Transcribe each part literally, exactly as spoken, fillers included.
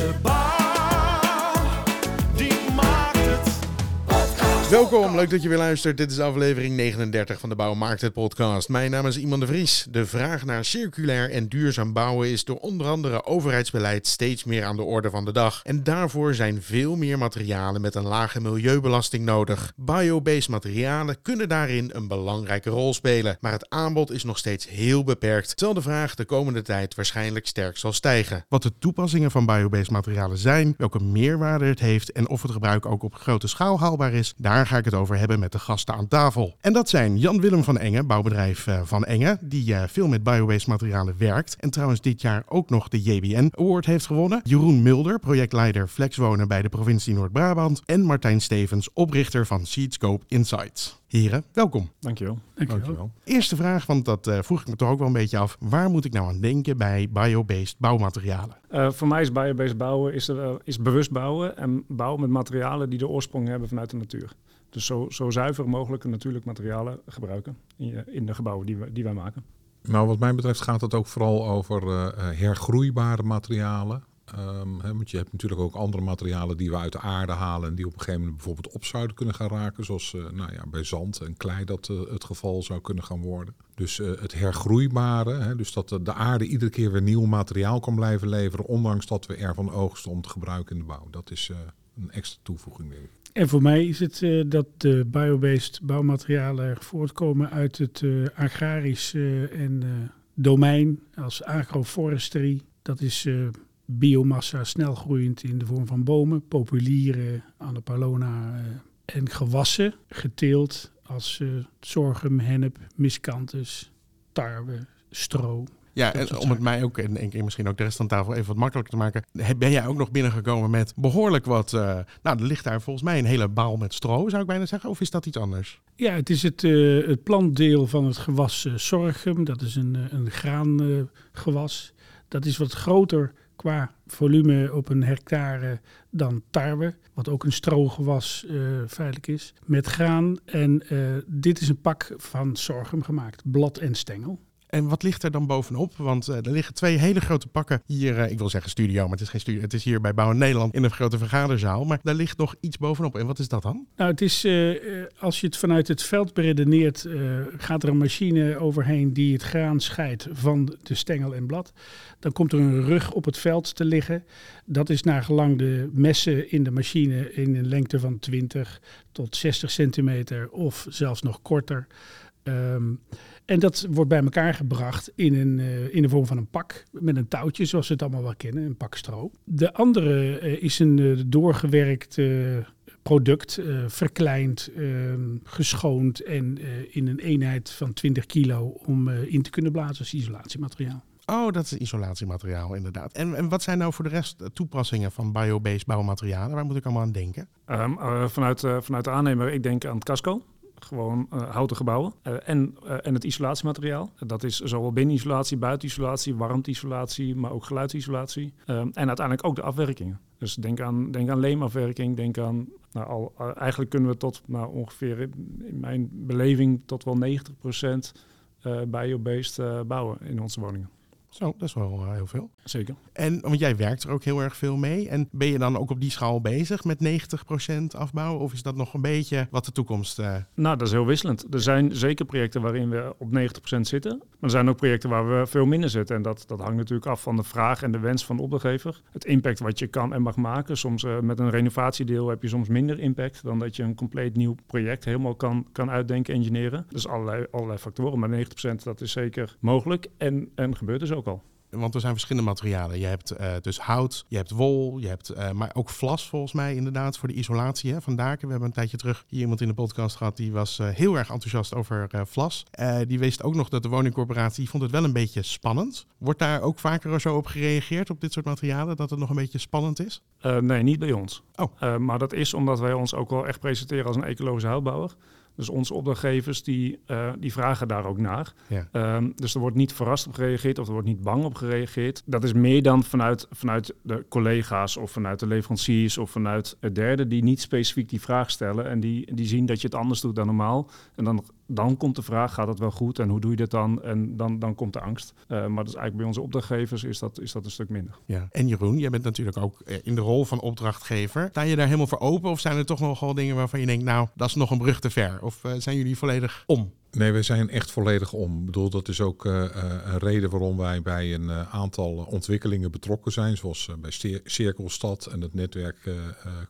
de bouw, die maakt het podcast. Welkom, leuk dat je weer luistert. Dit is aflevering negenendertig van de Bouw Maakt Het podcast. Mijn naam is Iman de Vries. De vraag naar circulair en duurzaam bouwen is door onder andere overheidsbeleid steeds meer aan de orde van de dag. En daarvoor zijn veel meer materialen met een lage milieubelasting nodig. Biobased materialen kunnen daarin een belangrijke rol spelen. Maar het aanbod is nog steeds heel beperkt, terwijl de vraag de komende tijd waarschijnlijk sterk zal stijgen. Wat de toepassingen van biobased materialen zijn, welke meerwaarde het heeft en of het gebruik ook op grote schaal haalbaar is, daar ga ik het over hebben met de gasten aan tafel. En dat zijn Jan-Willem van Engen, bouwbedrijf Van Engen, die uh, veel met biobased materialen werkt en trouwens dit jaar ook nog de J B N Award heeft gewonnen. Jeroen Mulder, projectleider Flexwonen bij de provincie Noord-Brabant en Martijn Stevens, oprichter van Seedscope Insights. Heren, welkom. Dankjewel. Dankjewel. Dankjewel. Eerste vraag, want dat uh, vroeg ik me toch ook wel een beetje af. Waar moet ik nou aan denken bij biobased bouwmaterialen? Uh, voor mij is biobased bouwen is, uh, is bewust bouwen en bouwen met materialen die de oorsprong hebben vanuit de natuur. Dus zo, zo zuiver mogelijk natuurlijk materialen gebruiken in, in de gebouwen die, we, die wij maken. Nou, wat mij betreft gaat het ook vooral over uh, hergroeibare materialen. Um, he, want je hebt natuurlijk ook andere materialen die we uit de aarde halen en die op een gegeven moment bijvoorbeeld op zouden kunnen gaan raken. Zoals uh, nou ja, bij zand en klei dat uh, het geval zou kunnen gaan worden. Dus uh, het hergroeibare, he, dus dat de aarde iedere keer weer nieuw materiaal kan blijven leveren, ondanks dat we ervan oogsten om te gebruiken in de bouw. Dat is uh, een extra toevoeging, denk ik. En voor mij is het uh, dat de biobased bouwmaterialen voortkomen uit het uh, agrarisch uh, en uh, domein als agroforestry. Dat is uh, biomassa snelgroeiend in de vorm van bomen, populieren, annapalona uh, en gewassen geteeld als uh, sorghum, hennep, miscanthus, tarwe, stro. Ja, en om het mij ook en, en misschien ook de rest van tafel even wat makkelijker te maken, ben jij ook nog binnengekomen met behoorlijk wat, uh, nou er ligt daar volgens mij een hele baal met stro, zou ik bijna zeggen, of is dat iets anders? Ja, het is het, uh, het plantdeel van het gewas uh, sorghum, dat is een, een graangewas. Uh, dat is wat groter qua volume op een hectare dan tarwe, wat ook een strogewas uh, feitelijk is, met graan. En uh, dit is een pak van sorghum gemaakt, blad en stengel. En wat ligt er dan bovenop? Want uh, er liggen twee hele grote pakken hier, uh, ik wil zeggen studio, maar het is geen studio. Het is hier bij Bouw Nederland in een grote vergaderzaal. Maar daar ligt nog iets bovenop. En wat is dat dan? Nou, het is, uh, als je het vanuit het veld beredeneert, uh, gaat er een machine overheen die het graan scheidt van de stengel en blad. Dan komt er een rug op het veld te liggen. Dat is naar gelang de messen in de machine in een lengte van twintig tot zestig centimeter of zelfs nog korter. Um, en dat wordt bij elkaar gebracht in, een, uh, in de vorm van een pak met een touwtje, zoals we het allemaal wel kennen, een pak stro. De andere uh, is een uh, doorgewerkt uh, product, uh, verkleind, uh, geschoond en uh, in een eenheid van twintig kilo om uh, in te kunnen blazen als isolatiemateriaal. Oh, dat is isolatiemateriaal inderdaad. En, en wat zijn nou voor de rest toepassingen van biobased bouwmaterialen? Waar moet ik allemaal aan denken? Um, uh, vanuit, uh, vanuit de aannemer, ik denk aan het casco. Gewoon uh, houten gebouwen uh, en, uh, en het isolatiemateriaal. Dat is zowel binnenisolatie, buitenisolatie, warmteisolatie, maar ook geluidsisolatie. Uh, en uiteindelijk ook de afwerkingen. Dus denk aan, denk aan leemafwerking, denk aan... Nou, al, uh, eigenlijk kunnen we tot nou, ongeveer, in mijn beleving, tot wel negentig procent uh, biobased uh, bouwen in onze woningen. Zo, dat is wel uh, heel veel. Zeker. En want jij werkt er ook heel erg veel mee. En ben je dan ook op die schaal bezig met negentig procent afbouwen? Of is dat nog een beetje wat de toekomst... Uh... Nou, dat is heel wisselend. Er zijn zeker projecten waarin we op negentig procent zitten. Maar er zijn ook projecten waar we veel minder zitten. En dat, dat hangt natuurlijk af van de vraag en de wens van de opdrachtgever. Het impact wat je kan en mag maken. Soms uh, met een renovatiedeel heb je soms minder impact dan dat je een compleet nieuw project helemaal kan, kan uitdenken, engineeren. Dus allerlei, allerlei factoren. Maar negentig procent dat is zeker mogelijk. En, en gebeurt dus ook al. Want er zijn verschillende materialen. Je hebt uh, dus hout, je hebt wol, je hebt uh, maar ook vlas volgens mij inderdaad voor de isolatie hè, van daken. We hebben een tijdje terug hier iemand in de podcast gehad die was uh, heel erg enthousiast over uh, vlas. Uh, die wist ook nog dat de woningcorporatie, die vond het wel een beetje spannend. Wordt daar ook vaker zo op gereageerd op dit soort materialen, dat het nog een beetje spannend is? Uh, nee, niet bij ons. Oh. Uh, maar dat is omdat wij ons ook wel echt presenteren als een ecologische houtbouwer. Dus onze opdrachtgevers die, uh, die vragen daar ook naar. Ja. Um, dus er wordt niet verrast op gereageerd of er wordt niet bang op gereageerd. Dat is meer dan vanuit, vanuit de collega's of vanuit de leveranciers of vanuit het derde die niet specifiek die vraag stellen en die, die zien dat je het anders doet dan normaal. En dan, dan komt de vraag, gaat het wel goed en hoe doe je dat dan? En dan, dan komt de angst. Uh, maar dat is eigenlijk bij onze opdrachtgevers is dat, is dat een stuk minder. Ja. En Jeroen, jij bent natuurlijk ook in de rol van opdrachtgever. Sta je daar helemaal voor open of zijn er toch nogal dingen waarvan je denkt, nou, dat is nog een brug te ver? Of uh, zijn jullie volledig om? Nee, wij zijn echt volledig om. Ik bedoel, dat is ook uh, een reden waarom wij bij een uh, aantal ontwikkelingen betrokken zijn. Zoals uh, bij Cirkelstad en het netwerk uh, uh,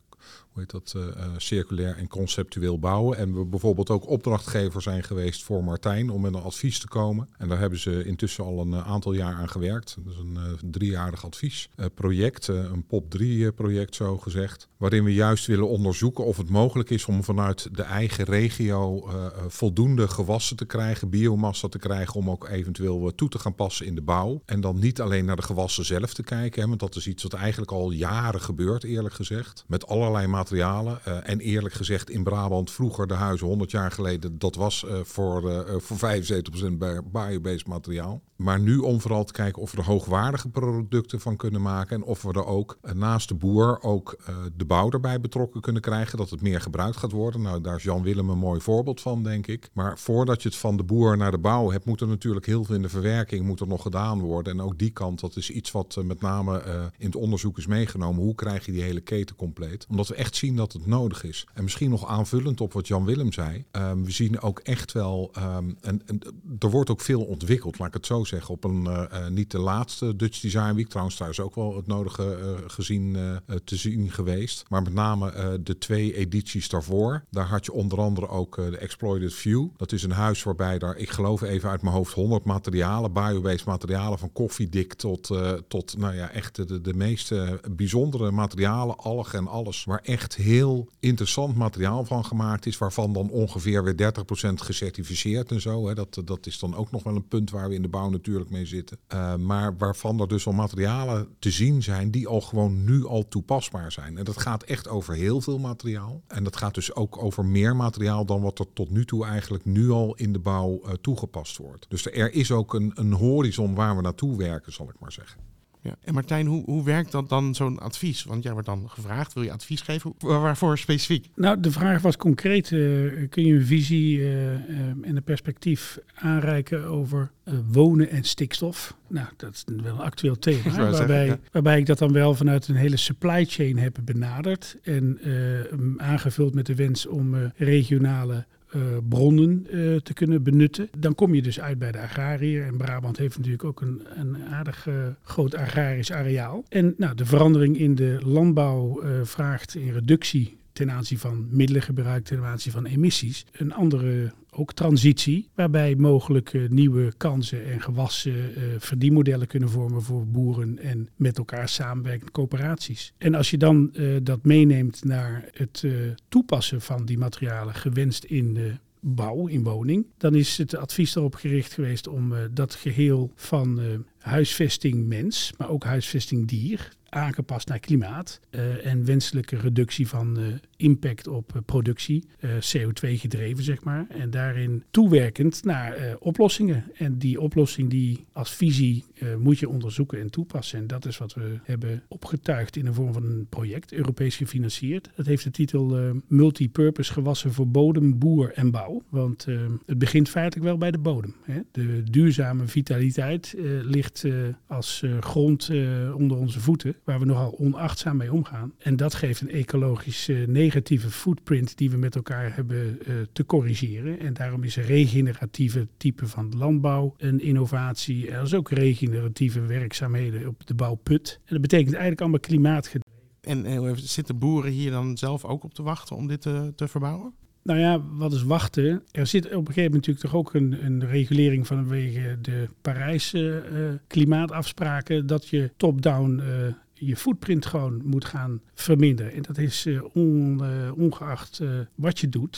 hoe heet dat, uh, circulair en conceptueel bouwen. En we bijvoorbeeld ook opdrachtgever zijn geweest voor Martijn om met een advies te komen. En daar hebben ze intussen al een aantal jaar aan gewerkt. Dat is een uh, driejarig adviesproject, uh, een P O P drie project zo gezegd. Waarin we juist willen onderzoeken of het mogelijk is om vanuit de eigen regio uh, voldoende gewassen te krijgen, biomassa te krijgen om ook eventueel toe te gaan passen in de bouw. En dan niet alleen naar de gewassen zelf te kijken, hè, want dat is iets wat eigenlijk al jaren gebeurt, eerlijk gezegd. Met allerlei materialen. Materialen. Uh, en eerlijk gezegd in Brabant vroeger de huizen honderd jaar geleden, dat was uh, voor, uh, voor vijfenzeventig procent biobased materiaal. Maar nu om vooral te kijken of we er hoogwaardige producten van kunnen maken en of we er ook uh, naast de boer ook uh, de bouw erbij betrokken kunnen krijgen, dat het meer gebruikt gaat worden. Nou, daar is Jan Willem een mooi voorbeeld van, denk ik. Maar voordat je het van de boer naar de bouw hebt, moet er natuurlijk heel veel in de verwerking moet er nog gedaan worden. En ook die kant, dat is iets wat uh, met name uh, in het onderzoek is meegenomen. Hoe krijg je die hele keten compleet? Omdat we echt zien dat het nodig is. En misschien nog aanvullend op wat Jan Willem zei. Um, we zien ook echt wel, um, en, en er wordt ook veel ontwikkeld, laat ik het zo zeggen. Op een uh, uh, niet de laatste Dutch Design Week, trouwens daar is ook wel het nodige uh, gezien uh, te zien geweest. Maar met name uh, de twee edities daarvoor. Daar had je onder andere ook uh, de Exploited View. Dat is een huis waarbij daar, ik geloof even uit mijn hoofd, honderd materialen, biobased materialen, van koffiedik tot, uh, tot nou ja, echt de, de meest uh, bijzondere materialen, algen en alles, waar echt heel interessant materiaal van gemaakt is, waarvan dan ongeveer weer dertig procent gecertificeerd en zo. Hè. Dat, dat is dan ook nog wel een punt waar we in de bouw natuurlijk mee zitten. Uh, maar waarvan er dus al materialen te zien zijn die al gewoon nu al toepasbaar zijn. En dat gaat echt over heel veel materiaal. En dat gaat dus ook over meer materiaal dan wat er tot nu toe eigenlijk nu al in de bouw uh, toegepast wordt. Dus er is ook een, een horizon waar we naartoe werken, zal ik maar zeggen. Ja. En Martijn, hoe, hoe werkt dat dan, zo'n advies? Want jij wordt dan gevraagd, wil je advies geven? Waarvoor specifiek? Nou, de vraag was concreet. Uh, kun je een visie uh, uh, en een perspectief aanreiken over uh, wonen en stikstof? Nou, dat is wel een actueel thema. Waarbij, zeggen, ja. waarbij ik dat dan wel vanuit een hele supply chain heb benaderd. En uh, aangevuld met de wens om uh, regionale Uh, bronnen uh, te kunnen benutten. Dan kom je dus uit bij de agrariër. En Brabant heeft natuurlijk ook een, een aardig uh, groot agrarisch areaal. En nou, de verandering in de landbouw uh, vraagt in reductie ten aanzien van middelengebruik, ten aanzien van emissies, een andere ook transitie, waarbij mogelijk uh, nieuwe kansen en gewassen uh, verdienmodellen kunnen vormen voor boeren en met elkaar samenwerkende coöperaties. En als je dan uh, dat meeneemt naar het uh, toepassen van die materialen gewenst in de bouw, in woning, dan is het advies erop gericht geweest om uh, dat geheel van uh, huisvesting mens, maar ook huisvesting dier, aangepast naar klimaat uh, en wenselijke reductie van uh, impact op uh, productie, uh, C O twee gedreven zeg maar, en daarin toewerkend naar uh, oplossingen. En die oplossing die als visie uh, moet je onderzoeken en toepassen. En dat is wat we hebben opgetuigd in de vorm van een project, Europees gefinancierd. Dat heeft de titel uh, Multipurpose gewassen voor bodem, boer en bouw. Want uh, het begint feitelijk wel bij de bodem. Hè? De duurzame vitaliteit uh, ligt uh, als uh, grond uh, onder onze voeten, waar we nogal onachtzaam mee omgaan. En dat geeft een ecologisch uh, negatieve footprint die we met elkaar hebben uh, te corrigeren. En daarom is een regeneratieve type van landbouw een innovatie. Er is ook regeneratieve werkzaamheden op de bouwput. En dat betekent eigenlijk allemaal klimaatgedreven. En uh, zitten boeren hier dan zelf ook op te wachten om dit te, te verbouwen? Nou ja, wat is wachten? Er zit op een gegeven moment natuurlijk toch ook een, een regulering vanwege de Parijse uh, klimaatafspraken, dat je top-down uh, je footprint gewoon moet gaan verminderen. En dat is uh, on, uh, ongeacht uh, wat je doet.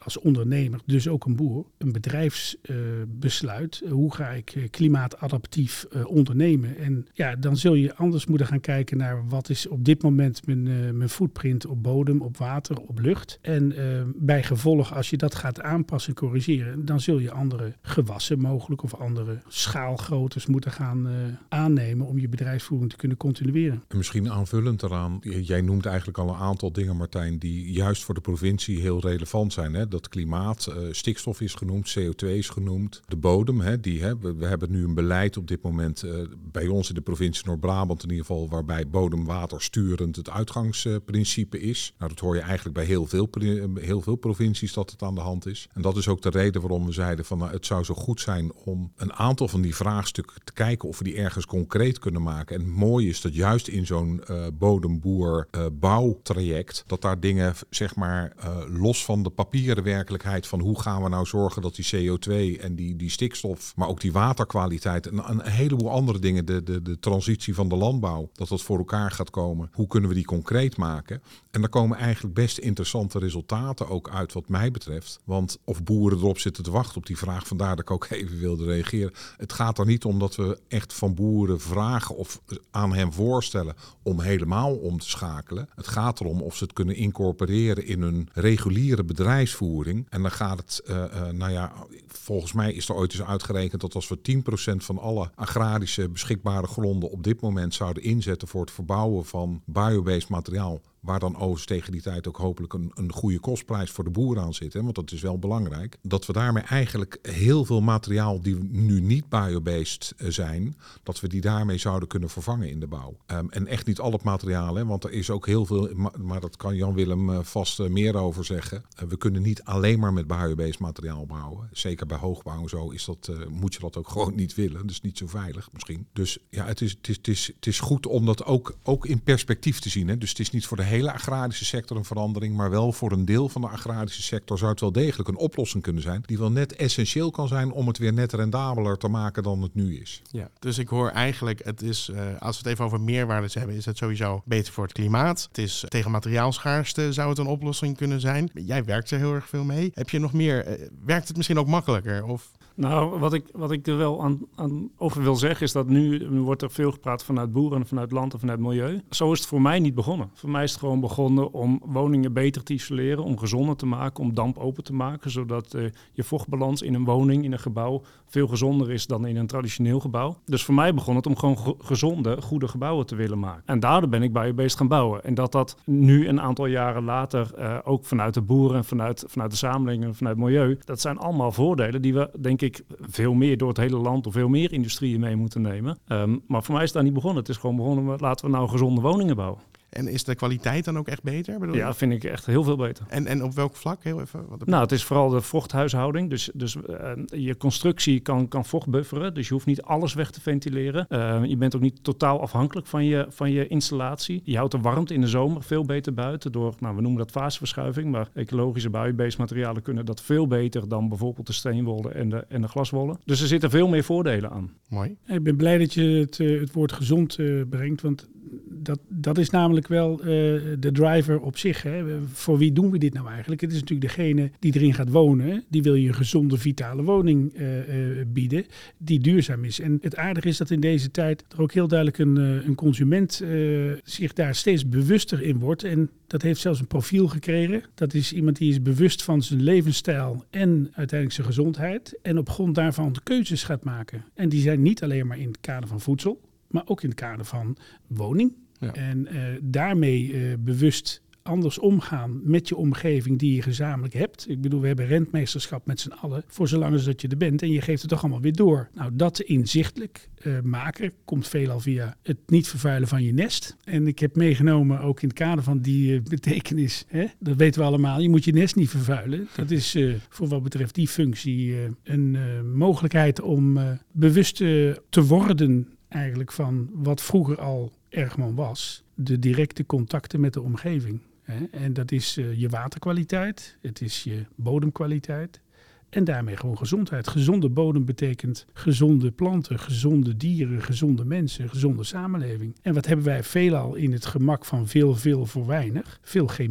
als ondernemer, dus ook een boer, een bedrijfsbesluit. Uh, hoe ga ik uh, klimaatadaptief uh, ondernemen? En ja, dan zul je anders moeten gaan kijken naar wat is op dit moment mijn, uh, mijn footprint op bodem, op water, op lucht. En uh, bij gevolg, als je dat gaat aanpassen en corrigeren, dan zul je andere gewassen mogelijk of andere schaalgroottes moeten gaan uh, aannemen om je bedrijfsvoering te kunnen continueren. En misschien aanvullend eraan, jij noemt eigenlijk al een aantal dingen, Martijn, die juist voor de provincie heel relevant zijn. Hè? Dat klimaat, uh, stikstof is genoemd, C O twee is genoemd, de bodem. Hè, die, hè, we, we hebben nu een beleid op dit moment uh, bij ons in de provincie Noord-Brabant in ieder geval, waarbij bodemwater sturend het uitgangsprincipe uh, is. Nou, dat hoor je eigenlijk bij heel veel, heel veel provincies dat het aan de hand is. En dat is ook de reden waarom we zeiden van nou, het zou zo goed zijn om een aantal van die vraagstukken te kijken of we die ergens concreet kunnen maken. En het mooie is dat juist in zo'n uh, bodemboer uh, bouwtraject, dat daar dingen zeg maar uh, los van de papieren werkelijkheid van hoe gaan we nou zorgen dat die C O twee en die, die stikstof, maar ook die waterkwaliteit en een heleboel andere dingen, de, de, de transitie van de landbouw, dat dat voor elkaar gaat komen. Hoe kunnen we die concreet maken? En daar komen eigenlijk best interessante resultaten ook uit wat mij betreft. Want of boeren erop zitten te wachten op die vraag, vandaar dat ik ook even wilde reageren. Het gaat er niet om dat we echt van boeren vragen of aan hen voorstellen om helemaal om te schakelen. Het gaat erom of ze het kunnen incorporeren in hun reguliere bedrijfsvoering. En dan gaat het, uh, uh, nou ja, volgens mij is er ooit eens uitgerekend dat als we tien procent van alle agrarische beschikbare gronden op dit moment zouden inzetten voor het verbouwen van biobased materiaal, waar dan overigens tegen die tijd ook hopelijk een, een goede kostprijs voor de boer aan zit. Hè? Want dat is wel belangrijk. Dat we daarmee eigenlijk heel veel materiaal die nu niet biobased zijn, dat we die daarmee zouden kunnen vervangen in de bouw. Um, en echt niet al het materiaal, hè? Want er is ook heel veel, maar, maar dat kan Jan-Willem uh, vast uh, meer over zeggen. Uh, we kunnen niet alleen maar met biobased materiaal bouwen. Zeker bij hoogbouw en zo is dat, uh, moet je dat ook gewoon niet willen. Dus niet zo veilig misschien. Dus ja, het is, het is, het is, het is goed om dat ook, ook in perspectief te zien. Hè? Dus het is niet voor de hele agrarische sector een verandering, maar wel voor een deel van de agrarische sector zou het wel degelijk een oplossing kunnen zijn die wel net essentieel kan zijn om het weer net rendabeler te maken dan het nu is. Ja, dus ik hoor eigenlijk, het is, uh, als we het even over meerwaardes hebben, is het sowieso beter voor het klimaat. Het is tegen materiaalschaarste zou het een oplossing kunnen zijn. Jij werkt er heel erg veel mee. Heb je nog meer, uh, werkt het misschien ook makkelijker? Of... Nou, wat ik, wat ik er wel aan, aan over wil zeggen is dat nu, nu wordt er veel gepraat vanuit boeren, vanuit land en vanuit milieu. Zo is het voor mij niet begonnen. Voor mij is het gewoon begonnen om woningen beter te isoleren, om gezonder te maken, om damp open te maken, zodat uh, je vochtbalans in een woning, in een gebouw, veel gezonder is dan in een traditioneel gebouw. Dus voor mij begon het om gewoon ge- gezonde, goede gebouwen te willen maken. En daardoor ben ik biobased gaan bouwen. En dat dat nu een aantal jaren later, uh, ook vanuit de boeren, vanuit, vanuit de samenleving en vanuit het milieu, dat zijn allemaal voordelen die we, denk ik, veel meer door het hele land of veel meer industrieën mee moeten nemen. Um, maar voor mij is het daar niet begonnen. Het is gewoon begonnen met laten we nou gezonde woningen bouwen. En is de kwaliteit dan ook echt beter? Bedoel ja, je? vind ik echt heel veel beter. En, en op welk vlak? Heel even, wat nou, het is vooral de vochthuishouding. Dus, dus uh, je constructie kan, kan vocht bufferen. Dus je hoeft niet alles weg te ventileren. Uh, je bent ook niet totaal afhankelijk van je, van je installatie. Je houdt de warmte in de zomer veel beter buiten door, nou, we noemen dat faseverschuiving. Maar ecologische biobased materialen kunnen dat veel beter dan bijvoorbeeld de steenwollen en de, en de glaswollen. Dus er zitten veel meer voordelen aan. Mooi. Ik ben blij dat je het, het woord gezond uh, brengt, want dat, dat is namelijk wel uh, de driver op zich. Hè. Voor wie doen we dit nou eigenlijk? Het is natuurlijk degene die erin gaat wonen. Die wil je een gezonde, vitale woning uh, uh, bieden die duurzaam is. En het aardige is dat in deze tijd er ook heel duidelijk een, uh, een consument uh, zich daar steeds bewuster in wordt. En dat heeft zelfs een profiel gekregen. Dat is iemand die is bewust van zijn levensstijl en uiteindelijk zijn gezondheid. En op grond daarvan keuzes gaat maken. En die zijn niet alleen maar in het kader van voedsel, maar ook in het kader van woning. Ja. En uh, daarmee uh, bewust anders omgaan met je omgeving die je gezamenlijk hebt. Ik bedoel, we hebben rentmeesterschap met z'n allen voor zolang als dat je er bent en je geeft het toch allemaal weer door. Nou, dat inzichtelijk uh, maken komt veelal via het niet vervuilen van je nest. En ik heb meegenomen ook in het kader van die uh, betekenis, hè, dat weten we allemaal, je moet je nest niet vervuilen. Dat is uh, voor wat betreft die functie uh, een uh, mogelijkheid om uh, bewust uh, te worden eigenlijk van wat vroeger al er gewoon was. De directe contacten met de omgeving. Hè? En dat is uh, je waterkwaliteit, het is je bodemkwaliteit en daarmee gewoon gezondheid. Gezonde bodem betekent gezonde planten, gezonde dieren, gezonde mensen, gezonde samenleving. En wat hebben wij veelal in het gemak van veel, veel voor weinig? Veel chemie,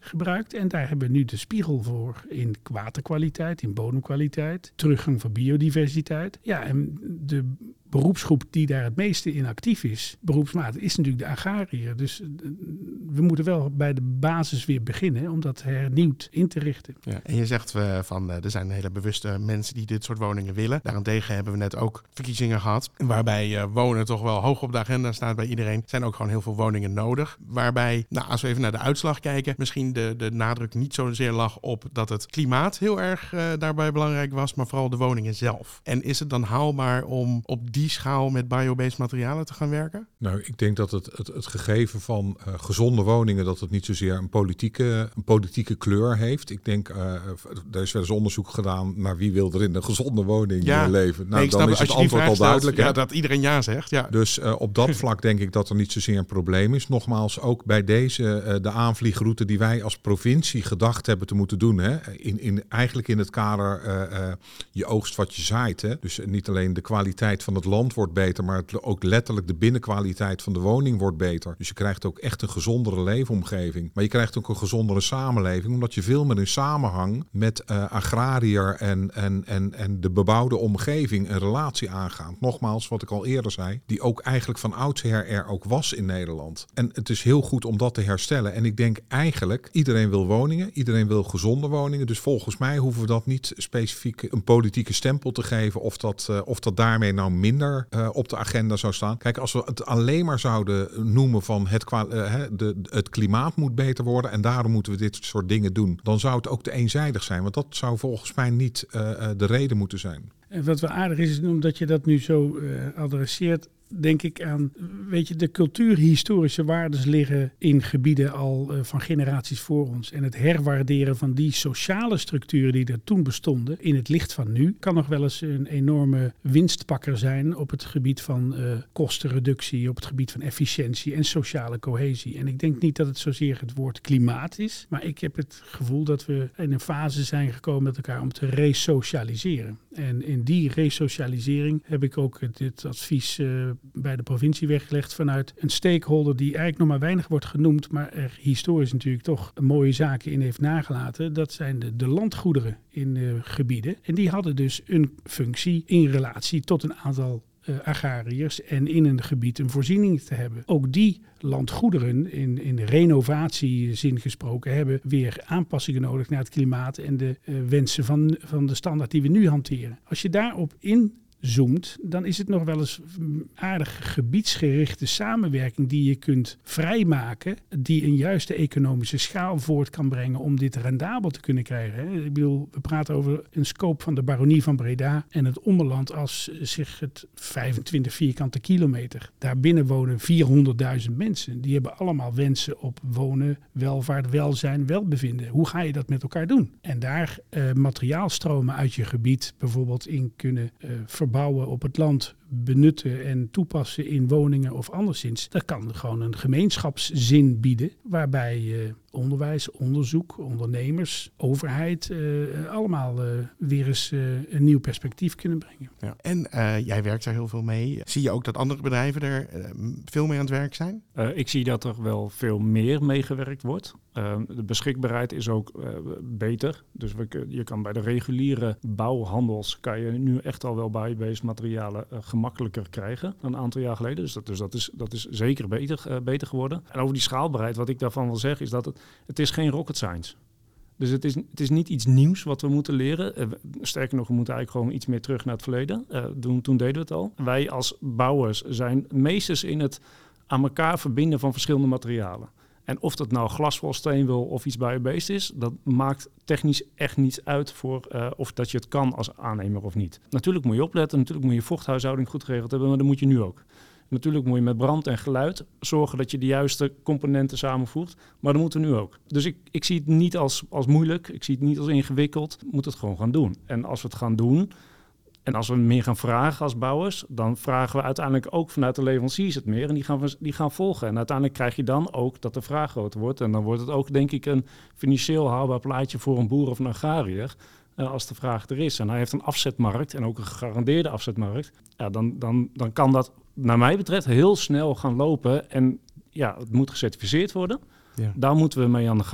gebruikt. En daar hebben we nu de spiegel voor in waterkwaliteit, in bodemkwaliteit, teruggang van biodiversiteit. Ja, en de beroepsgroep die daar het meeste in actief is, beroepsmatig, is natuurlijk de agrariër. Dus uh, we moeten wel bij de basis weer beginnen om dat hernieuwd in te richten. Ja, en je zegt uh, van uh, er zijn hele bewuste mensen die dit soort woningen willen. Daarentegen hebben we net ook verkiezingen gehad, waarbij uh, wonen toch wel hoog op de agenda staat bij iedereen. Er zijn ook gewoon heel veel woningen nodig. Waarbij, nou, als we even naar de uitslag kijken, misschien de, de nadruk niet zozeer lag op dat het klimaat heel erg uh, daarbij belangrijk was, maar vooral de woningen zelf. En is het dan haalbaar om op die die schaal met biobased materialen te gaan werken? Nou, ik denk dat het, het, het gegeven van uh, gezonde woningen, dat het niet zozeer een politieke, een politieke kleur heeft. Ik denk, uh, er is wel eens onderzoek gedaan naar wie wil er in een gezonde woning ja. leven. Nou, nee, dan is het antwoord al duidelijk. Ja, dat iedereen ja zegt. Ja. Dus uh, op dat vlak denk ik dat er niet zozeer een probleem is. Nogmaals, ook bij deze, uh, de aanvliegroute die wij als provincie gedacht hebben te moeten doen. Hè, in, in, eigenlijk in het kader uh, uh, je oogst wat je zaait. Hè. Dus uh, niet alleen de kwaliteit van het land wordt beter, maar het, ook letterlijk de binnenkwaliteit van de woning wordt beter. Dus je krijgt ook echt een gezondere leefomgeving. Maar je krijgt ook een gezondere samenleving, omdat je veel meer in samenhang met uh, agrariër en, en, en, en de bebouwde omgeving een relatie aangaat. Nogmaals, wat ik al eerder zei, die ook eigenlijk van oudsher er ook was in Nederland. En het is heel goed om dat te herstellen. En ik denk eigenlijk, iedereen wil woningen, iedereen wil gezonde woningen. Dus volgens mij hoeven we dat niet specifiek een politieke stempel te geven of dat, uh, of dat daarmee nou minder uh, op de agenda zou staan. Kijk, als we het alleen maar zouden noemen van het, uh, de, het klimaat moet beter worden en daarom moeten we dit soort dingen doen, dan zou het ook te eenzijdig zijn. Want dat zou volgens mij niet uh, de reden moeten zijn. En wat wel aardig is, is omdat je dat nu zo uh, adresseert, denk ik aan, weet je, de cultuurhistorische waardes liggen in gebieden al uh, van generaties voor ons. En het herwaarderen van die sociale structuren die er toen bestonden in het licht van nu, kan nog wel eens een enorme winstpakker zijn op het gebied van uh, kostenreductie, op het gebied van efficiëntie en sociale cohesie. En ik denk niet dat het zozeer het woord klimaat is, maar ik heb het gevoel dat we in een fase zijn gekomen met elkaar om te resocialiseren. En in die resocialisering heb ik ook dit advies uh, bij de provincie weggelegd vanuit een stakeholder die eigenlijk nog maar weinig wordt genoemd, maar er historisch natuurlijk toch mooie zaken in heeft nagelaten. Dat zijn de, de landgoederen in uh, gebieden. En die hadden dus een functie in relatie tot een aantal Uh, agrariërs en in een gebied een voorziening te hebben. Ook die landgoederen, in, in renovatiezin gesproken, hebben weer aanpassingen nodig naar het klimaat en de uh, wensen van, van de standaard die we nu hanteren. Als je daarop in zoomt, dan is het nog wel eens aardig gebiedsgerichte samenwerking die je kunt vrijmaken, die een juiste economische schaal voort kan brengen om dit rendabel te kunnen krijgen. Hè. Ik bedoel, we praten over een scope van de baronie van Breda en het Ommeland als zich het vijfentwintig vierkante kilometer. Daarbinnen wonen vierhonderdduizend mensen. Die hebben allemaal wensen op wonen, welvaart, welzijn, welbevinden. Hoe ga je dat met elkaar doen? En daar uh, materiaalstromen uit je gebied bijvoorbeeld in kunnen uh, verbouwen. bouwen op het land, benutten en toepassen in woningen of anderszins. Dat kan gewoon een gemeenschapszin bieden, waarbij uh, onderwijs, onderzoek, ondernemers, overheid uh, allemaal uh, weer eens uh, een nieuw perspectief kunnen brengen. Ja. En uh, jij werkt daar heel veel mee. Zie je ook dat andere bedrijven er uh, veel mee aan het werk zijn? Uh, ik zie dat er wel veel meer meegewerkt wordt. Uh, de beschikbaarheid is ook uh, beter. Dus we, je kan bij de reguliere bouwhandels kan je nu echt al wel biobased materialen uh, gemakkelijker krijgen dan een aantal jaar geleden. Dus dat, dus dat, is, dat is zeker beter, uh, beter geworden. En over die schaalbaarheid, wat ik daarvan wil zeggen, is dat het, het is geen rocket science. Dus het is, het is niet iets nieuws wat we moeten leren. Uh, sterker nog, we moeten eigenlijk gewoon iets meer terug naar het verleden. Uh, toen, toen deden we het al. Wij als bouwers zijn meesters in het aan elkaar verbinden van verschillende materialen. En of dat nou glaswol, steenwol of iets biobased is, dat maakt technisch echt niets uit voor uh, of dat je het kan als aannemer of niet. Natuurlijk moet je opletten, natuurlijk moet je vochthuishouding goed geregeld hebben, maar dat moet je nu ook. Natuurlijk moet je met brand en geluid zorgen dat je de juiste componenten samenvoegt, maar dat moeten we nu ook. Dus ik, ik zie het niet als, als moeilijk, ik zie het niet als ingewikkeld, we moeten het gewoon gaan doen. En als we het gaan doen, en als we meer gaan vragen als bouwers, dan vragen we uiteindelijk ook vanuit de leveranciers het meer. En die gaan, we, die gaan volgen. En uiteindelijk krijg je dan ook dat de vraag groter wordt. En dan wordt het ook, denk ik, een financieel haalbaar plaatje voor een boer of een agrariër. Uh, als de vraag er is. En hij heeft een afzetmarkt en ook een gegarandeerde afzetmarkt. Ja, dan, dan, dan kan dat, naar mij betreft, heel snel gaan lopen. En ja, het moet gecertificeerd worden. Ja. Daar moeten we mee aan de gang.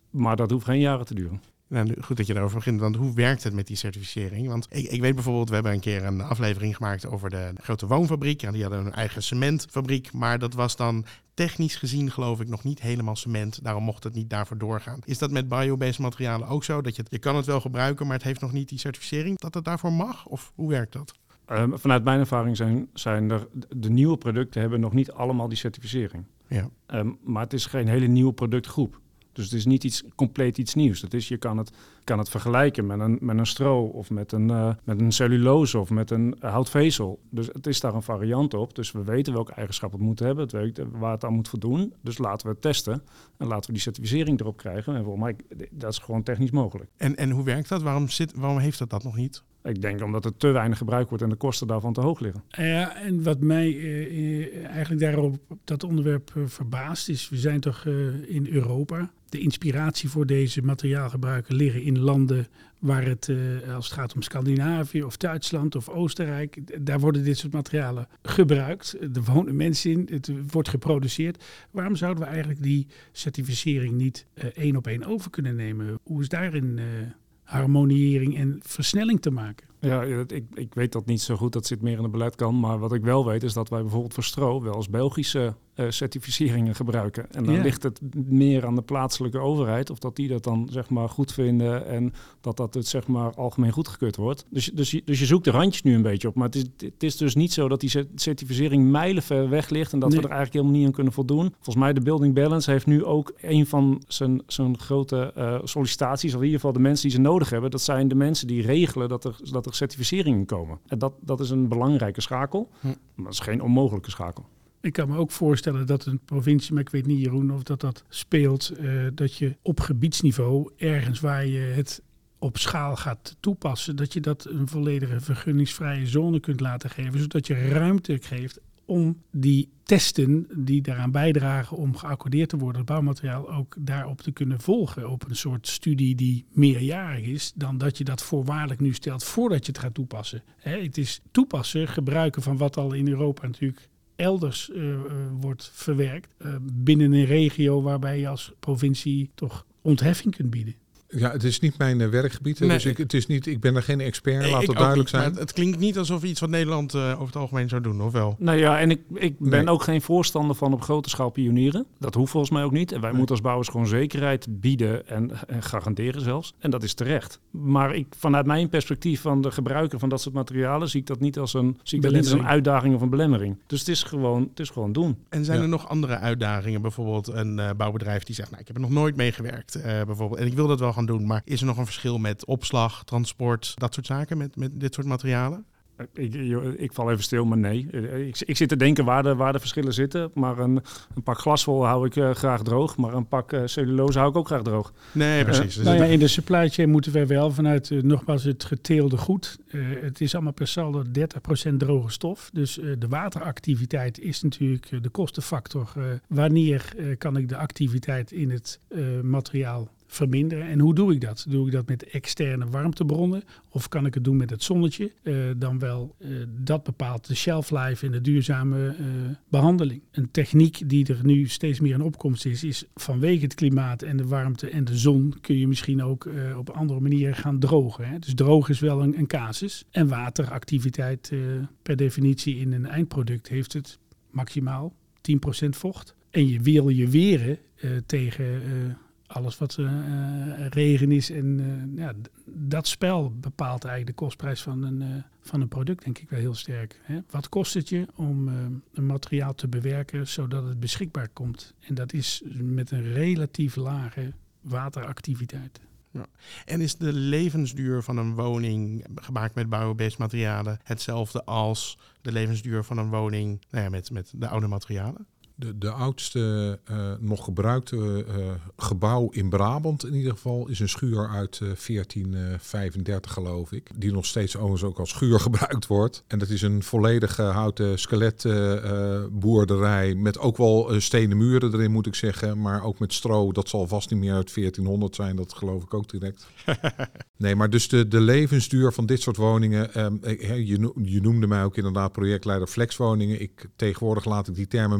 Maar dat hoeft geen jaren te duren. Nou, nu, goed dat je daarover begint, want hoe werkt het met die certificering? Want ik, ik weet bijvoorbeeld, we hebben een keer een aflevering gemaakt over de grote woonfabriek. Ja, die hadden een eigen cementfabriek, maar dat was dan technisch gezien geloof ik nog niet helemaal cement. Daarom mocht het niet daarvoor doorgaan. Is dat met biobased materialen ook zo? Dat je, je kan het wel gebruiken, maar het heeft nog niet die certificering dat het daarvoor mag? Of hoe werkt dat? Um, vanuit mijn ervaring zijn, zijn er de nieuwe producten hebben nog niet allemaal die certificering. Ja. Um, maar het is geen hele nieuwe productgroep. Dus het is niet iets compleet iets nieuws. Dat is, je kan het, kan het vergelijken met een, met een stro of met een, uh, met een cellulose of met een houtvezel. Dus het is daar een variant op. Dus we weten welke eigenschappen het moet hebben. Het weet waar het aan moet voldoen. Dus laten we het testen. En laten we die certificering erop krijgen. En volgens mij, dat is gewoon technisch mogelijk. En, en hoe werkt dat? Waarom, zit, waarom heeft dat dat nog niet? Ik denk omdat er te weinig gebruikt wordt en de kosten daarvan te hoog liggen. Ja, en wat mij uh, eigenlijk daarop op dat onderwerp uh, verbaast is, we zijn toch uh, in Europa. De inspiratie voor deze materiaalgebruiken liggen in landen waar het, uh, als het gaat om Scandinavië of Duitsland of Oostenrijk, daar worden dit soort materialen gebruikt. Er wonen mensen in, het wordt geproduceerd. Waarom zouden we eigenlijk die certificering niet uh, één op één over kunnen nemen? Hoe is daarin uh, harmoniering en versnelling te maken? Ja, ik, ik weet dat niet zo goed. Dat zit meer in de beleidskant. Maar wat ik wel weet is dat wij bijvoorbeeld voor stro wel eens Belgische uh, certificeringen gebruiken. En dan Ja. ligt het meer aan de plaatselijke overheid. Of dat die dat dan zeg maar goed vinden. En dat dat het zeg maar algemeen goedgekeurd wordt. Dus, dus, je, dus je zoekt de randjes nu een beetje op. Maar het is, het is dus niet zo dat die certificering mijlenver weg ligt. En dat Nee. we er eigenlijk helemaal niet aan kunnen voldoen. Volgens mij de Building Balance heeft nu ook een van zijn, zijn grote uh, sollicitaties. Of in ieder geval de mensen die ze nodig hebben. Dat zijn de mensen die regelen dat er, dat er certificeringen komen. En dat, dat is een belangrijke schakel. Hm. Maar dat is geen onmogelijke schakel. Ik kan me ook voorstellen dat een provincie, maar ik weet niet Jeroen of dat dat speelt, uh, dat je op gebiedsniveau ergens waar je het op schaal gaat toepassen, dat je dat een volledige vergunningsvrije zone kunt laten geven, zodat je ruimte geeft om die testen die daaraan bijdragen om geaccordeerd te worden, het bouwmateriaal, ook daarop te kunnen volgen op een soort studie die meerjarig is, dan dat je dat voorwaardelijk nu stelt voordat je het gaat toepassen. Hè, het is toepassen, gebruiken van wat al in Europa natuurlijk elders uh, uh, wordt verwerkt, uh, binnen een regio waarbij je als provincie toch ontheffing kunt bieden. Ja, het is niet mijn uh, werkgebied. Hè, Nee. dus ik, het is niet, ik ben er geen expert, Nee, laat ik het ook duidelijk niet, zijn. maar het, het klinkt niet alsof iets wat Nederland uh, over het algemeen zou doen, of wel? Nou ja, en ik, ik ben Nee. ook geen voorstander van op grote schaal pionieren. Dat hoeft volgens mij ook niet. En wij Nee. moeten als bouwers gewoon zekerheid bieden en, en garanderen zelfs. En dat is terecht. Maar ik, vanuit mijn perspectief van de gebruiker van dat soort materialen zie ik dat niet als een, zie ik dat niet als een Belemmering. uitdaging of een belemmering. Dus het is gewoon, het is gewoon doen. En zijn Ja. er nog andere uitdagingen? Bijvoorbeeld een uh, bouwbedrijf die zegt, nou, ik heb er nog nooit mee gewerkt. Uh, bijvoorbeeld, en ik wil dat wel gaan doen, maar is er nog een verschil met opslag, transport, dat soort zaken met, met dit soort materialen? Ik, ik val even stil, maar nee. Ik, ik zit te denken waar de, waar de verschillen zitten. Maar een, een pak glaswol hou ik uh, graag droog. Maar een pak uh, cellulose hou ik ook graag droog. Nee, precies. Dus Nou ja, het- in de supply chain moeten wij wel vanuit uh, nogmaals het geteelde goed. Uh, het is allemaal per saldo dertig procent droge stof. Dus uh, de wateractiviteit is natuurlijk uh, de kostenfactor. Uh, wanneer uh, kan ik de activiteit in het uh, materiaal verminderen? En hoe doe ik dat? Doe ik dat met externe warmtebronnen? Of kan ik het doen met het zonnetje? Uh, dan wel, uh, dat bepaalt de shelf life en de duurzame uh, behandeling. Een techniek die er nu steeds meer in opkomst is, is vanwege het klimaat en de warmte en de zon kun je misschien ook uh, op andere manieren gaan drogen. Hè? Dus droog is wel een, een casus. En wateractiviteit uh, per definitie in een eindproduct heeft het maximaal tien procent vocht. En je wil je weren uh, tegen uh, alles wat uh, regen is. En uh, ja, d- dat spel bepaalt eigenlijk de kostprijs van een, uh, van een product, denk ik wel heel sterk. Hè? Wat kost het je om uh, een materiaal te bewerken zodat het beschikbaar komt? En dat is met een relatief lage wateractiviteit. Ja. En is de levensduur van een woning gemaakt met biobased materialen hetzelfde als de levensduur van een woning nou ja, met, met de oude materialen? De, de oudste uh, nog gebruikte uh, gebouw in Brabant in ieder geval is een schuur uit uh, veertien vijfendertig geloof ik. Die nog steeds overigens ook als schuur gebruikt wordt. En dat is een volledige houten skeletboerderij uh, met ook wel uh, stenen muren erin moet ik zeggen. Maar ook met stro, dat zal vast niet meer uit veertienhonderd zijn. Dat geloof ik ook direct. Nee, maar dus de, de levensduur van dit soort woningen. Um, je, je noemde mij ook inderdaad projectleider flexwoningen. Ik, tegenwoordig laat ik die term een beetje schieten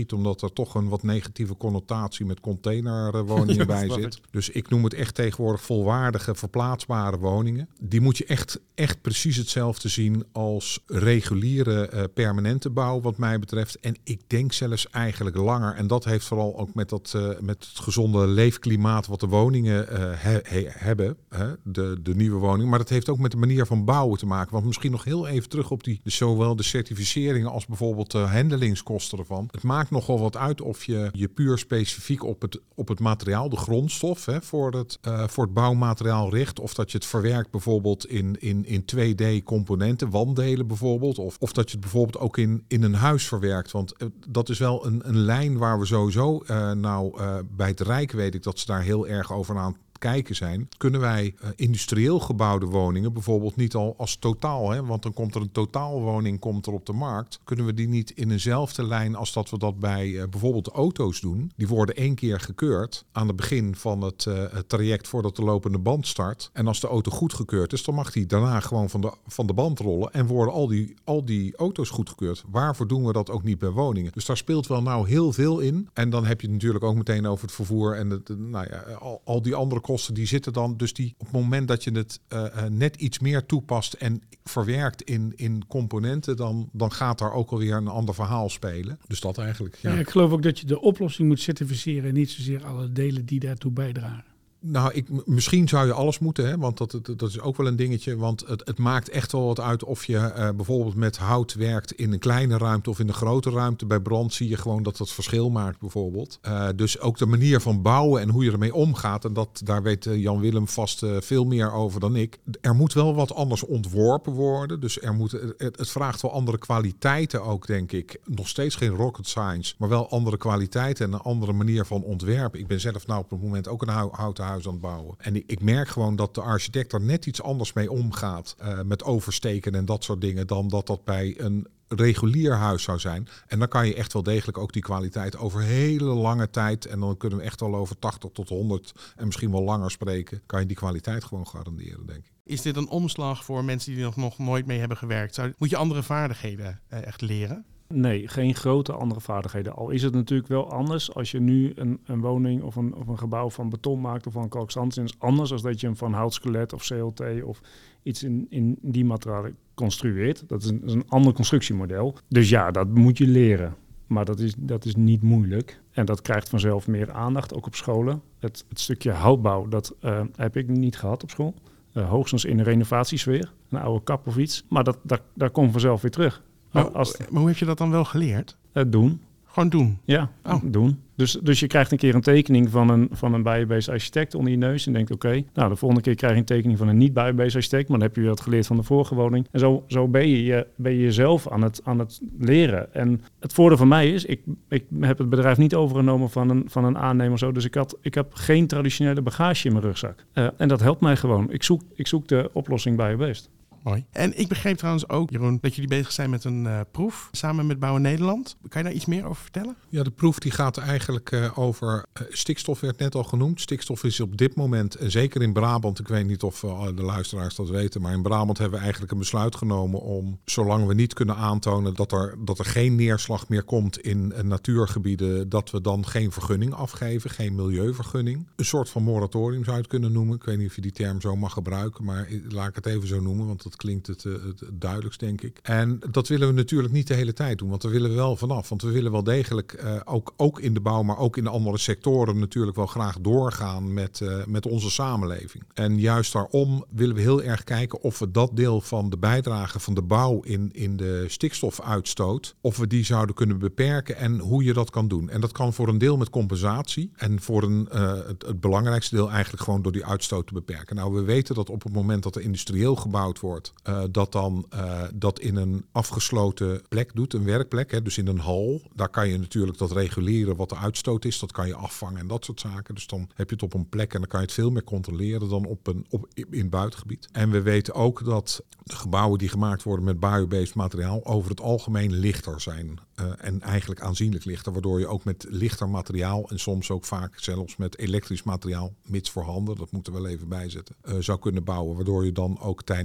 schiet, omdat er toch een wat negatieve connotatie met containerwoningen Ja, bij snap zit. ik. Dus ik noem het echt tegenwoordig volwaardige, verplaatsbare woningen. Die moet je echt, echt precies hetzelfde zien als reguliere uh, permanente bouw wat mij betreft. En ik denk zelfs eigenlijk langer. En dat heeft vooral ook met, dat, uh, met het gezonde leefklimaat wat de woningen uh, he, he, hebben. Hè? De, de nieuwe woningen. Maar dat heeft ook met de manier van bouwen te maken. Want misschien nog heel even terug op die, dus zowel de certificeringen als bijvoorbeeld de handelingskosten ervan. Het maakt nogal wat uit of je je puur specifiek op het, op het materiaal, de grondstof, hè, voor, het, uh, voor het bouwmateriaal richt. Of dat je het verwerkt bijvoorbeeld in, in, in twee D componenten, wanddelen bijvoorbeeld. Of, of dat je het bijvoorbeeld ook in, in een huis verwerkt. Want uh, dat is wel een, een lijn waar we sowieso, uh, nou uh, bij het Rijk weet ik dat ze daar heel erg over aan kijken zijn. Kunnen wij uh, industrieel gebouwde woningen bijvoorbeeld niet al als totaal, hè, want dan komt er een totaalwoning komt er op de markt. Kunnen we die niet in eenzelfde lijn als dat we dat bij uh, bijvoorbeeld de auto's doen? Die worden één keer gekeurd aan het begin van het, uh, het traject voordat de lopende band start. En als de auto goedgekeurd is, dan mag die daarna gewoon van de, van de band rollen en worden al die, al die auto's goedgekeurd. Waarvoor doen we dat ook niet bij woningen? Dus daar speelt wel nou heel veel in. En dan heb je het natuurlijk ook meteen over het vervoer en het, nou ja, al, al die andere kosten die zitten dan, dus die op het moment dat je het uh, uh, net iets meer toepast en verwerkt in, in componenten, dan, dan gaat daar ook alweer een ander verhaal spelen. Dus dat eigenlijk, ja. Ja, ik geloof ook dat je de oplossing moet certificeren en niet zozeer alle delen die daartoe bijdragen. Nou, ik, misschien zou je alles moeten, hè, want dat, dat, dat is ook wel een dingetje. Want het, het maakt echt wel wat uit of je uh, bijvoorbeeld met hout werkt in een kleine ruimte of in een grote ruimte. Bij brand zie je gewoon dat dat verschil maakt bijvoorbeeld. Uh, dus ook de manier van bouwen en hoe je ermee omgaat. En dat, daar weet uh, Jan Willem vast uh, veel meer over dan ik. Er moet wel wat anders ontworpen worden. Dus er moet, het, het vraagt wel andere kwaliteiten ook, denk ik. Nog steeds geen rocket science, maar wel andere kwaliteiten en een andere manier van ontwerpen. Ik ben zelf nou op het moment ook een houten huis aan het bouwen. En ik, ik merk gewoon dat de architect er net iets anders mee omgaat. Uh, met oversteken en dat soort dingen. Dan dat dat bij een regulier huis zou zijn. En dan kan je echt wel degelijk ook die kwaliteit over hele lange tijd. En dan kunnen we echt wel over tachtig tot honderd en misschien wel langer spreken. Kan je die kwaliteit gewoon garanderen, denk ik. Is dit een omslag voor mensen die er nog, nog nooit mee hebben gewerkt? Zou, moet je andere vaardigheden uh, echt leren? Nee, geen grote andere vaardigheden. Al is het natuurlijk wel anders als je nu een, een woning of een, of een gebouw van beton maakt of van kalkzand. Het is anders dan dat je hem van houtskelet of C L T of iets in, in die materialen construeert. Dat is een, dat is een ander constructiemodel. Dus ja, dat moet je leren. Maar dat is, dat is niet moeilijk. En dat krijgt vanzelf meer aandacht, ook op scholen. Het, het stukje houtbouw, dat uh, heb ik niet gehad op school. Uh, hoogstens in een renovatiesfeer, een oude kap of iets. Maar dat, dat, dat komt vanzelf weer terug. Maar, Als, maar hoe heb je dat dan wel geleerd? uh, doen. Gewoon doen? Ja, oh. doen. Dus, dus je krijgt een keer een tekening van een, van een biobased architect onder je neus en denkt oké, okay, nou de volgende keer krijg je een tekening van een niet biobased architect, maar dan heb je weer wat geleerd van de vorige woning. En zo, zo ben, je, je, ben je jezelf aan het, aan het leren. En het voordeel van mij is, ik, ik heb het bedrijf niet overgenomen van een, van een aannemer zo, dus ik, had, ik heb geen traditionele bagage in mijn rugzak. Uh, en dat helpt mij gewoon. Ik zoek, ik zoek de oplossing biobased. Mooi. En ik begreep trouwens ook, Jeroen, dat jullie bezig zijn met een uh, proef samen met Bouwen Nederland. Kan je daar iets meer over vertellen? Ja, de proef die gaat eigenlijk uh, over uh, stikstof, werd net al genoemd. Stikstof is op dit moment, en zeker in Brabant, ik weet niet of uh, de luisteraars dat weten, maar in Brabant hebben we eigenlijk een besluit genomen om, zolang we niet kunnen aantonen dat er, dat er geen neerslag meer komt in uh, natuurgebieden, dat we dan geen vergunning afgeven, geen milieuvergunning. Een soort van moratorium zou je het kunnen noemen. Ik weet niet of je die term zo mag gebruiken, maar laat ik het even zo noemen, want dat klinkt het, uh, het duidelijkst, denk ik. En dat willen we natuurlijk niet de hele tijd doen, want daar willen we wel vanaf. Want we willen wel degelijk, uh, ook, ook in de bouw, maar ook in de andere sectoren natuurlijk wel graag doorgaan met, uh, met onze samenleving. En juist daarom willen we heel erg kijken of we dat deel van de bijdrage van de bouw in, in de stikstofuitstoot, of we die zouden kunnen beperken en hoe je dat kan doen. En dat kan voor een deel met compensatie en voor een, uh, het, het belangrijkste deel eigenlijk gewoon door die uitstoot te beperken. Nou, we weten dat op het moment dat er industrieel gebouwd wordt, Uh, dat dan uh, dat in een afgesloten plek doet, een werkplek, hè, dus in een hal. Daar kan je natuurlijk dat reguleren wat de uitstoot is. Dat kan je afvangen en dat soort zaken. Dus dan heb je het op een plek en dan kan je het veel meer controleren dan op een, op, in het buitengebied. En we weten ook dat de gebouwen die gemaakt worden met biobased materiaal over het algemeen lichter zijn. Uh, en eigenlijk aanzienlijk lichter, waardoor je ook met lichter materiaal en soms ook vaak zelfs met elektrisch materiaal, mits voorhanden, dat moeten we wel even bijzetten, uh, zou kunnen bouwen. Waardoor je dan ook tijdens de bouw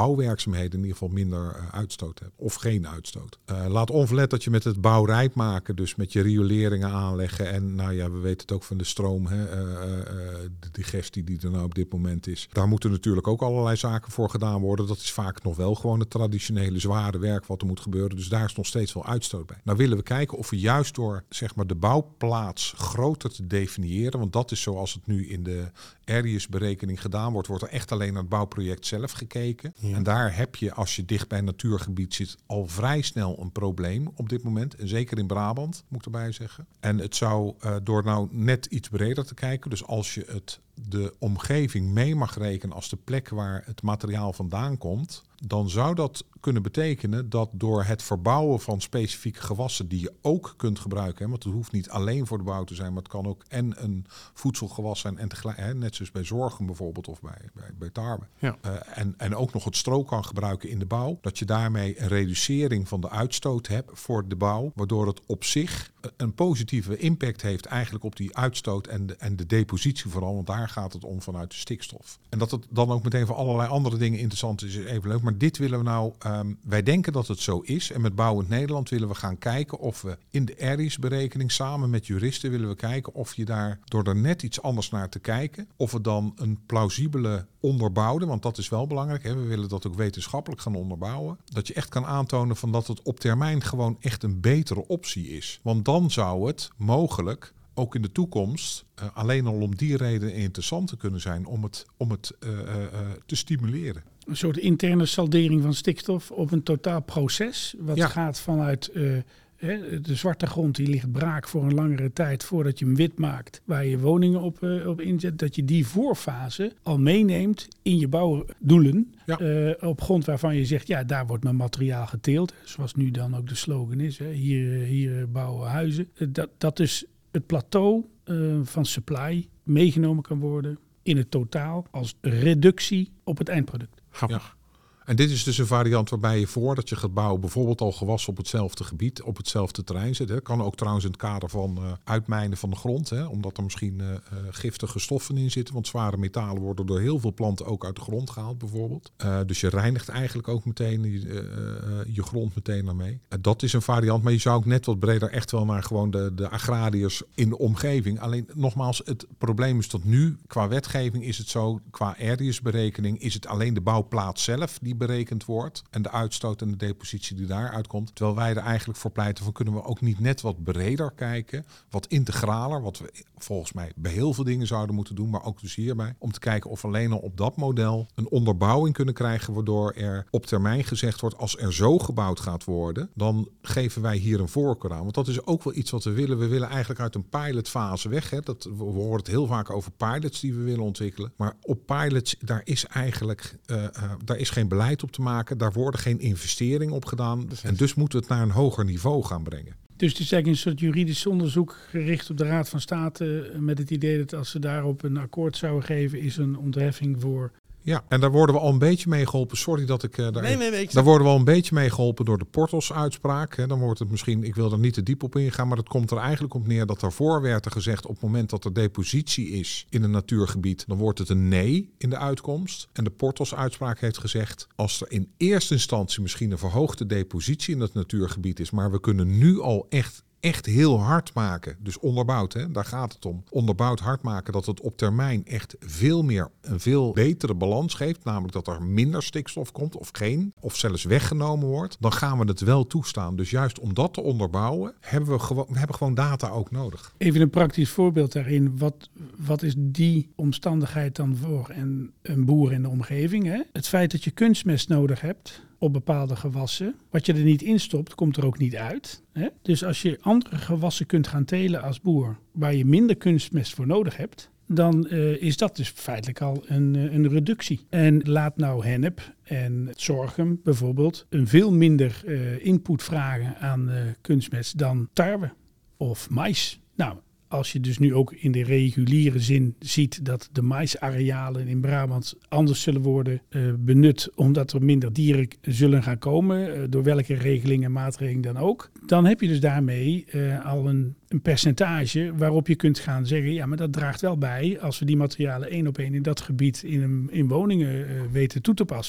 bouwwerkzaamheden in ieder geval minder uh, uitstoot hebt. Of geen uitstoot. Uh, laat onverlet dat je met het bouwrijp maken, dus met je rioleringen aanleggen. En nou ja, we weten het ook van de stroom, hè, uh, uh, de digestie die er nou op dit moment is. Daar moeten natuurlijk ook allerlei zaken voor gedaan worden. Dat is vaak nog wel gewoon het traditionele zware werk wat er moet gebeuren. Dus daar is nog steeds wel uitstoot bij. Nou willen we kijken of we juist door zeg maar, de bouwplaats groter te definiëren, want dat is zoals het nu in de Arius-berekening gedaan wordt, wordt er echt alleen naar het bouwproject zelf gekeken. Ja. En daar heb je, als je dicht bij een natuurgebied zit, al vrij snel een probleem op dit moment. En zeker in Brabant, moet ik erbij zeggen. En het zou uh, door nou net iets breder te kijken, dus als je het de omgeving mee mag rekenen als de plek waar het materiaal vandaan komt, dan zou dat kunnen betekenen dat door het verbouwen van specifieke gewassen die je ook kunt gebruiken, hè, want het hoeft niet alleen voor de bouw te zijn, maar het kan ook en een voedselgewas zijn en tegelijk, hè, net zoals bij zorgen bijvoorbeeld of bij, bij, bij tarwe. Ja. Uh, en, en ook nog het stro kan gebruiken in de bouw, dat je daarmee een reducering van de uitstoot hebt voor de bouw, waardoor het op zich een positieve impact heeft eigenlijk op die uitstoot en de, en de depositie vooral, want daar gaat het om vanuit de stikstof. En dat het dan ook meteen voor allerlei andere dingen interessant is, is even leuk. Maar dit willen we nou, um, wij denken dat het zo is. En met Bouwend Nederland willen we gaan kijken of we in de Arius-berekening samen met juristen willen we kijken of je daar, door er net iets anders naar te kijken, of we dan een plausibele onderbouwde, want dat is wel belangrijk. Hè? We willen dat ook wetenschappelijk gaan onderbouwen. Dat je echt kan aantonen van dat het op termijn gewoon echt een betere optie is. Want dan zou het mogelijk ook in de toekomst uh, alleen al om die reden interessant te kunnen zijn om het, om het uh, uh, te stimuleren. Een soort interne saldering van stikstof op een totaal proces. Wat ja. gaat vanuit uh, hè, de zwarte grond, die ligt braak voor een langere tijd voordat je hem wit maakt, waar je woningen op, uh, op inzet. Dat je die voorfase al meeneemt in je bouwdoelen. Ja. Uh, op grond waarvan je zegt, ja, daar wordt mijn materiaal geteeld. Zoals nu dan ook de slogan is. Hè, hier, hier bouwen huizen. Uh, dat, dat dus het plateau uh, van supply meegenomen kan worden in het totaal als reductie op het eindproduct. Ja. En dit is dus een variant waarbij je voordat je gaat bouwen bijvoorbeeld al gewassen op hetzelfde gebied, op hetzelfde terrein zit. Hè. Kan ook trouwens in het kader van uh, uitmijnen van de grond, hè, omdat er misschien uh, giftige stoffen in zitten. Want zware metalen worden door heel veel planten ook uit de grond gehaald bijvoorbeeld. Uh, dus je reinigt eigenlijk ook meteen uh, uh, je grond meteen daarmee. Uh, dat is een variant, maar je zou ook net wat breder echt wel naar gewoon de, de agrariërs in de omgeving. Alleen nogmaals, het probleem is tot nu, qua wetgeving is het zo, qua Arius-berekening is het alleen de bouwplaats zelf die berekend wordt en de uitstoot en de depositie die daaruit komt. Terwijl wij er eigenlijk voor pleiten van kunnen we ook niet net wat breder kijken, wat integraler, wat we volgens mij bij heel veel dingen zouden moeten doen, maar ook dus hierbij, om te kijken of we alleen al op dat model een onderbouwing kunnen krijgen, waardoor er op termijn gezegd wordt, als er zo gebouwd gaat worden, dan geven wij hier een voorkeur aan. Want dat is ook wel iets wat we willen. We willen eigenlijk uit een pilotfase weg. Hè. Dat, we horen het heel vaak over pilots die we willen ontwikkelen. Maar op pilots, daar is eigenlijk uh, uh, daar is geen beleid op te maken. Daar worden geen investeringen op gedaan. Precies. En dus moeten we het naar een hoger niveau gaan brengen. Dus het is eigenlijk een soort juridisch onderzoek gericht op de Raad van State met het idee dat als ze daarop een akkoord zouden geven, is een ontheffing voor. Ja, en daar worden we al een beetje mee geholpen. Sorry dat ik... Uh, daar, nee, nee, nee, ik daar worden we al een beetje mee geholpen door de Portos-uitspraak. Hè. Dan wordt het misschien... Ik wil er niet te diep op ingaan, maar het komt er eigenlijk op neer dat daarvoor werd er gezegd, op het moment dat er depositie is in een natuurgebied, dan wordt het een nee in de uitkomst. En de Portos-uitspraak heeft gezegd, als er in eerste instantie misschien een verhoogde depositie in het natuurgebied is, maar we kunnen nu al echt... echt heel hard maken, dus onderbouwd, hè, daar gaat het om. Onderbouwd hard maken dat het op termijn echt veel meer, een veel betere balans geeft. Namelijk dat er minder stikstof komt of geen, of zelfs weggenomen wordt. Dan gaan we het wel toestaan. Dus juist om dat te onderbouwen, hebben we gewoon, we hebben gewoon data ook nodig. Even een praktisch voorbeeld daarin. Wat, wat is die omstandigheid dan voor een, een boer in de omgeving? Hè? Het feit dat je kunstmest nodig hebt op bepaalde gewassen. Wat je er niet in stopt, komt er ook niet uit. Hè? Dus als je andere gewassen kunt gaan telen als boer, waar je minder kunstmest voor nodig hebt, dan uh, is dat dus feitelijk al een, uh, een reductie. En laat nou hennep en sorghum bijvoorbeeld een veel minder uh, input vragen aan uh, kunstmest dan tarwe of mais. Nou, als je dus nu ook in de reguliere zin ziet dat de maisarealen in Brabant anders zullen worden uh, benut, omdat er minder dieren zullen gaan komen, uh, door welke regeling en maatregelen dan ook, dan heb je dus daarmee uh, al een, een percentage waarop je kunt gaan zeggen, ja, maar dat draagt wel bij, als we die materialen één op één in dat gebied in, een, in woningen uh, weten toe te passen,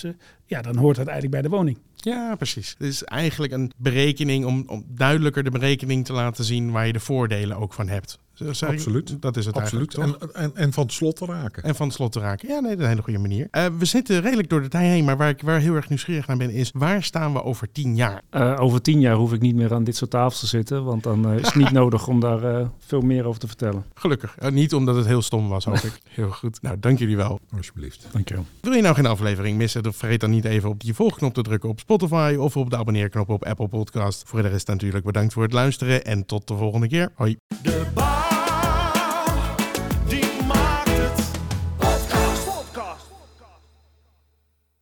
ja, dan hoort dat eigenlijk bij de woning. Ja, precies. Het is eigenlijk een berekening om, om duidelijker de berekening te laten zien waar je de voordelen ook van hebt. Zeg, Absoluut. Dat is het Absoluut. eigenlijk, toch? En, en, en van het slot te raken. En van het slot te raken. Ja, nee, dat is een hele goede manier. Uh, we zitten redelijk door de tijd heen, maar waar ik waar heel erg nieuwsgierig naar ben is, waar staan we over tien jaar? Uh, over tien jaar hoef ik niet meer aan dit soort tafels te zitten, want dan uh, is het niet nodig om daar uh, veel meer over te vertellen. Gelukkig. Uh, niet omdat het heel stom was, hoop ik. Heel goed. Nou, dank jullie wel. Alsjeblieft. Dank je wel. Wil je nou geen aflevering missen, dan vergeet dan niet even op die volgknop te drukken op Spotify of op de abonneerknop op Apple Podcast. Voor de rest natuurlijk bedankt voor het luisteren en tot de volgende keer. Hoi. De